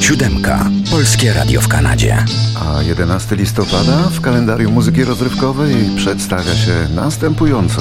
7. Polskie Radio w Kanadzie. A 11 listopada w kalendarium muzyki rozrywkowej przedstawia się następująco.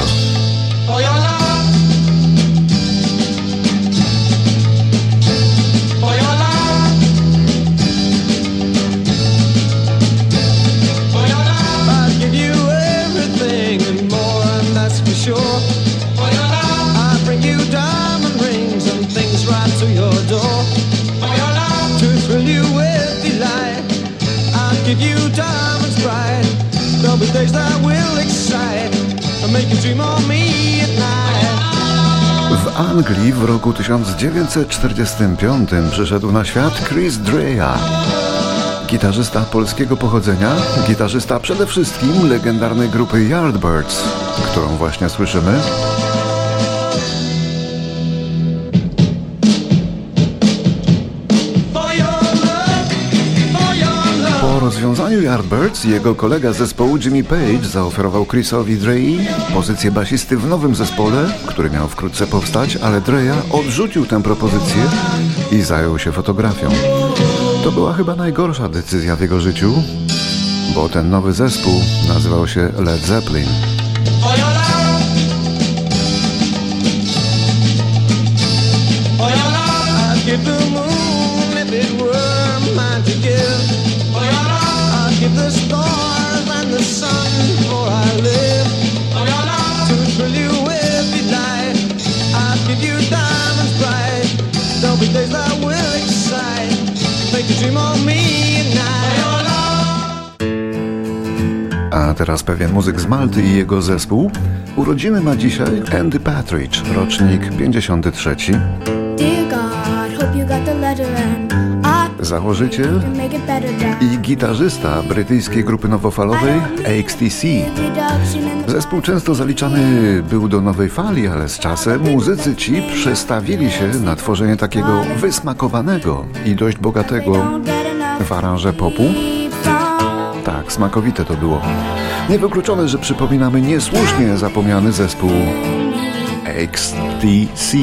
Give you diamonds bright, there'll be days that will excite and make you dream of me at night. W Anglii w roku 1945 przyszedł na świat Chris Dreja. Gitarzysta polskiego pochodzenia, gitarzysta przede wszystkim legendarnej grupy Yardbirds, którą właśnie słyszymy. Po rozwiązaniu Yardbirds jego kolega z zespołu Jimmy Page zaoferował Chrisowi Drei pozycję basisty w nowym zespole, który miał wkrótce powstać, ale Dreja odrzucił tę propozycję i zajął się fotografią. To była chyba najgorsza decyzja w jego życiu, bo ten nowy zespół nazywał się Led Zeppelin. The stars and the sun before I live to thrill you with delight. I'll give you diamonds bright. There'll be days that will excite, make you dream of me at night. A teraz pewien muzyk z Malty i jego zespół. Urodziny ma dzisiaj Andy Partridge, rocznik 53. Dear God, hope you got the letter and założyciel i gitarzysta brytyjskiej grupy nowofalowej XTC. Zespół często zaliczany był do nowej fali, ale z czasem muzycy ci przestawili się na tworzenie takiego wysmakowanego i dość bogatego w aranże popu. Tak, smakowite to było. Niewykluczone, że przypominamy niesłusznie zapomniany zespół XTC.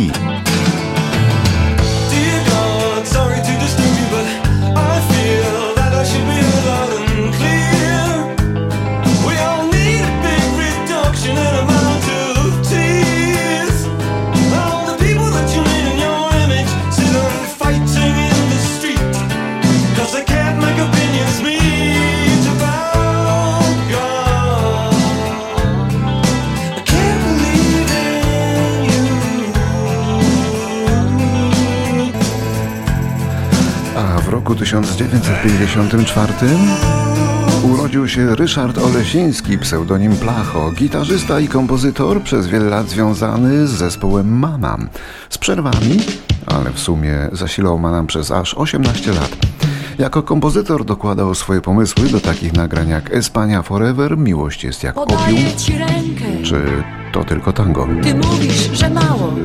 W roku 1954 urodził się Ryszard Olesiński, pseudonim Placho, gitarzysta i kompozytor, przez wiele lat związany z zespołem Manam. Z przerwami, ale w sumie zasilał Manam przez aż 18 lat. Jako kompozytor dokładał swoje pomysły do takich nagrań jak Espania Forever, Miłość jest jak opium, czy To tylko tango. Ty mówisz, że mało,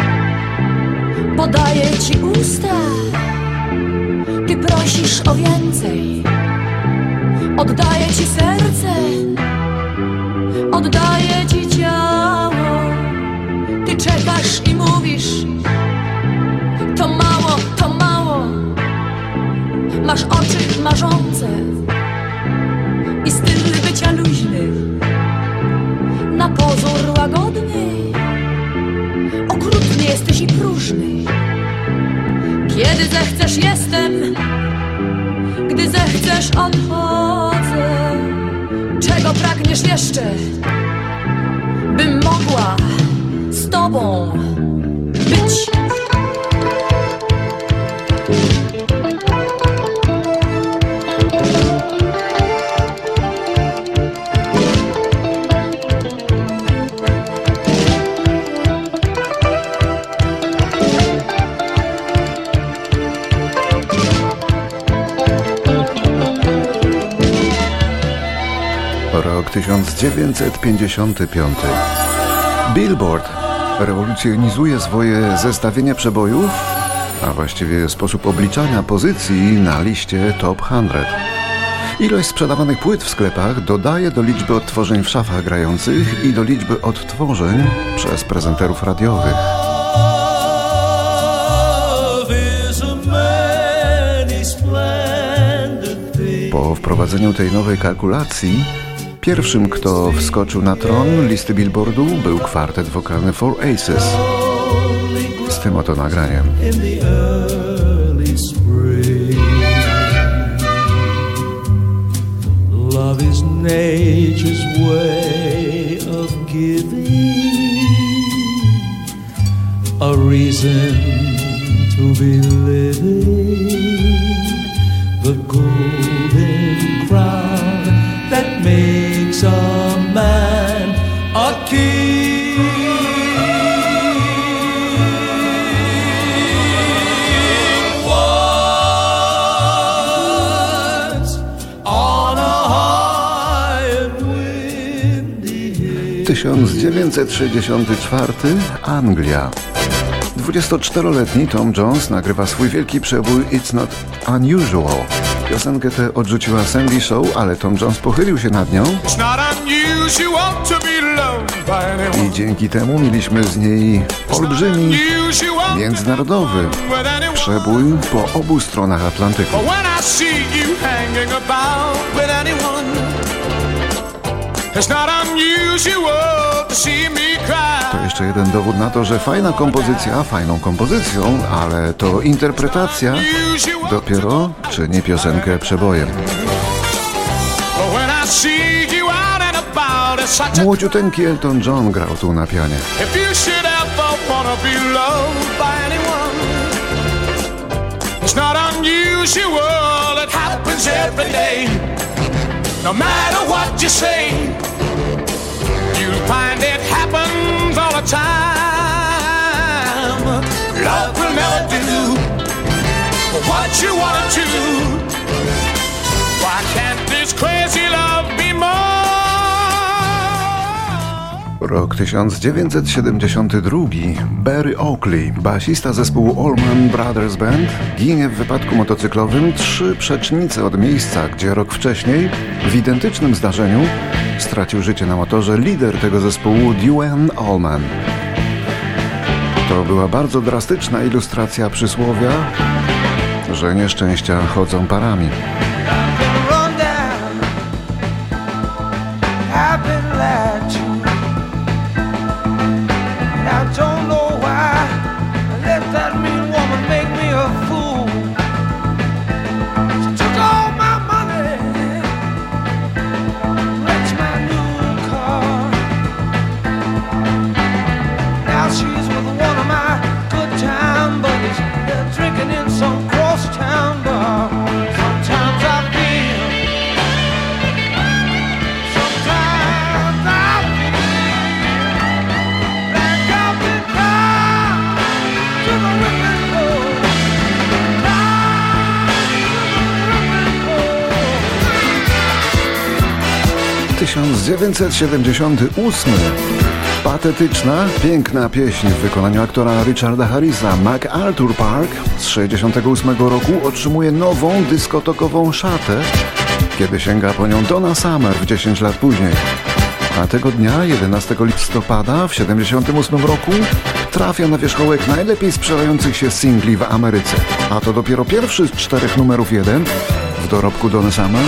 podaję ci usta. Ty prosisz o więcej, oddaję ci serce, oddaję ci ciało. Ty czekasz i mówisz, to mało, to mało. Masz oczy marzące i styl bycia luźny, na pozór łagodny, okrutny jesteś i próżny. Kiedy zechcesz jestem, gdy zechcesz odchodzę. Czego pragniesz jeszcze, bym mogła z tobą być? Rok 1955. Billboard rewolucjonizuje swoje zestawienie przebojów, a właściwie sposób obliczania pozycji na liście Top 100. Ilość sprzedawanych płyt w sklepach dodaje do liczby odtworzeń w szafach grających i do liczby odtworzeń przez prezenterów radiowych. Love is a man, he's Po wprowadzeniu tej nowej kalkulacji pierwszym, kto wskoczył na tron listy Billboardu, był kwartet wokalny Four Aces z tym oto nagraniem. Love is nature's way of giving a reason to be living, the golden crown that makes a man a king. On a high and windy hill. 1964 Anglia. 24-letni Tom Jones nagrywa swój wielki przebój It's Not Unusual. Piosenkę tę odrzuciła Sandy Shaw, ale Tom Jones pochylił się nad nią i dzięki temu mieliśmy z niej olbrzymi, międzynarodowy przebój po obu stronach Atlantyku. To jeszcze jeden dowód na to, że fajna kompozycja fajną kompozycją, ale to interpretacja dopiero czyni piosenkę przebojem. Młodziuteńki Elton John grał tu na pianie. No matter what you say, you'll find it happens all the time. Love will never do what you want to do. Why can't this crazy love be more? Rok 1972. Barry Oakley, basista zespołu Allman Brothers Band, ginie w wypadku motocyklowym 3 przecznice od miejsca, gdzie rok wcześniej w identycznym zdarzeniu stracił życie na motorze lider tego zespołu Duane Allman. To była bardzo drastyczna ilustracja przysłowia, że nieszczęścia chodzą parami. W 1978. Patetyczna, piękna pieśń w wykonaniu aktora Richarda Harrisa. MacArthur Park z 1968 roku otrzymuje nową dyskotokową szatę, kiedy sięga po nią Donna Summer 10 lat później. A tego dnia, 11 listopada w 1978 roku, trafia na wierzchołek najlepiej sprzedających się singli w Ameryce. A to dopiero pierwszy z 4 numerów 1 w dorobku Donny Summer.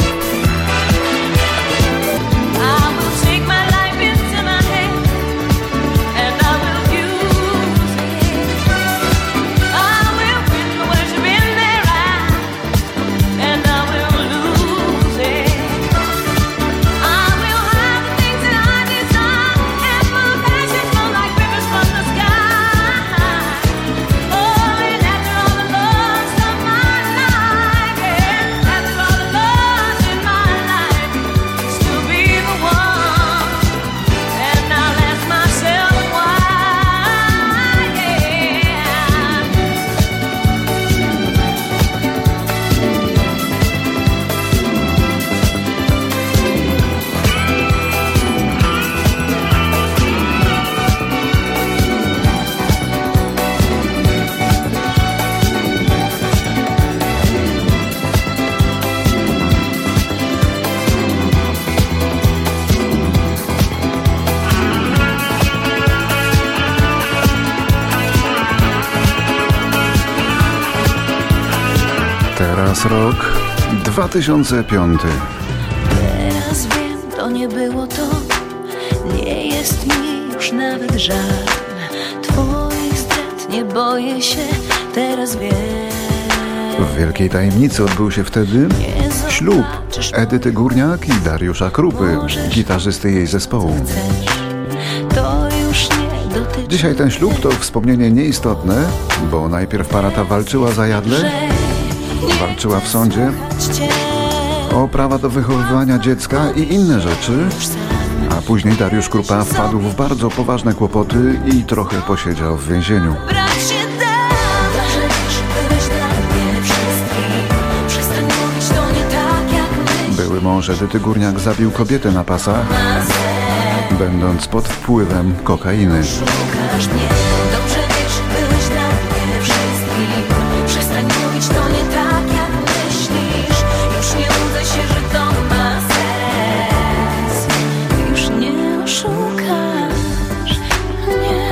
Teraz rok 2005. Teraz wiem, to nie było to. Nie jest mi już nawet żal twoich zdrad, nie boję się, teraz wiem. W wielkiej tajemnicy odbył się wtedy ślub Edyty Górniak i Dariusza Krupy, gitarzysty jej zespołu. To już nie dotyczy. Dzisiaj ten ślub to wspomnienie nieistotne, bo najpierw para ta walczyła za Jadle, walczyła w sądzie o prawa do wychowywania dziecka i inne rzeczy, a później Dariusz Krupa wpadł w bardzo poważne kłopoty i trochę posiedział w więzieniu. Brak się da, że wiesz, byłeś dla mnie wszystkim. Przestań mówić, to nie tak jak myślisz. Były mąż Edyty Górniak zabił kobietę na pasach, będąc pod wpływem kokainy. Szukasz mnie, dobrze wiesz, byłeś dla mnie wszystkim. Przestań mówić, to nie tak jak myślisz. Już nie łudzę się, że to ma sens. Już nie oszukasz mnie.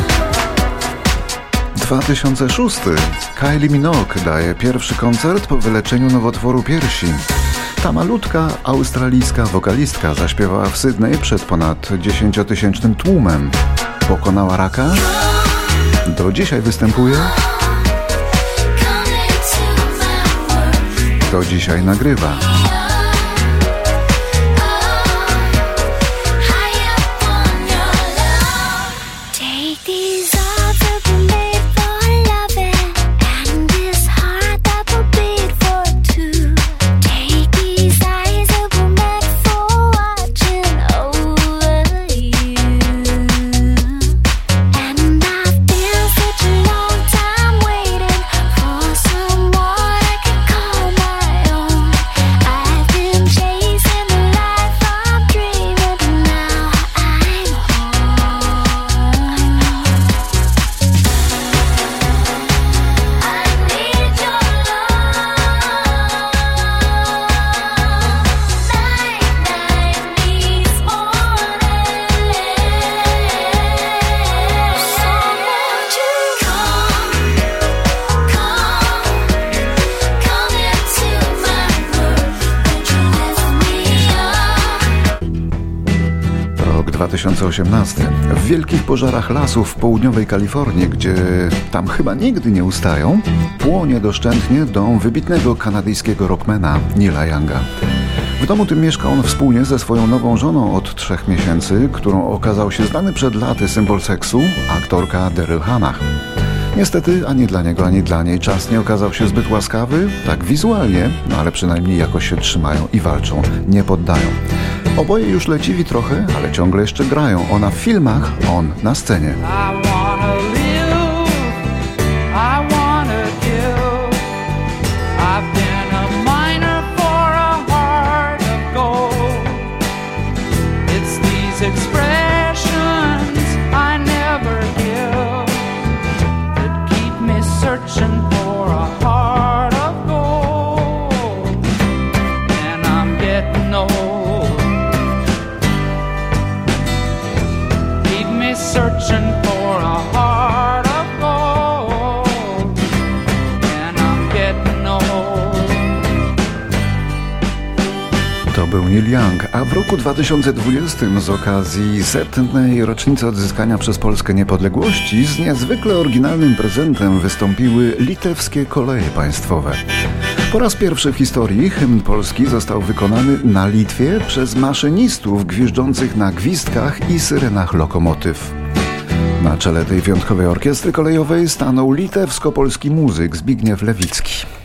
2006. Kylie Minogue daje pierwszy koncert po wyleczeniu nowotworu piersi. Ta malutka australijska wokalistka zaśpiewała w Sydney przed ponad 10-tysięcznym tłumem. Pokonała raka, do dzisiaj występuje, do dzisiaj nagrywa. Rok 2018. W wielkich pożarach lasów w południowej Kalifornii, gdzie tam chyba nigdy nie ustają, płonie doszczętnie dom wybitnego kanadyjskiego rockmana Neila Younga. W domu tym mieszka on wspólnie ze swoją nową żoną od 3 miesięcy, którą okazał się znany przed laty symbol seksu, aktorka Daryl Hannah. Niestety ani dla niego, ani dla niej czas nie okazał się zbyt łaskawy, tak wizualnie, no ale przynajmniej jakoś się trzymają i walczą, nie poddają. Oboje już leciwi trochę, ale ciągle jeszcze grają. Ona w filmach, on na scenie. I wanna live, I wanna give. I've been a miner for a heart of gold. It's these expressions I never give that keep me searching for a heart of gold. And I'm getting old. Searching for a heart of gold, and I'm getting old. To był Neil Young, a w roku 2020 z okazji 100. rocznicy odzyskania przez Polskę niepodległości z niezwykle oryginalnym prezentem wystąpiły litewskie koleje państwowe. Po raz pierwszy w historii hymn polski został wykonany na Litwie przez maszynistów gwiżdżących na gwizdkach i syrenach lokomotyw. Na czele tej wyjątkowej orkiestry kolejowej stanął litewsko-polski muzyk Zbigniew Lewicki.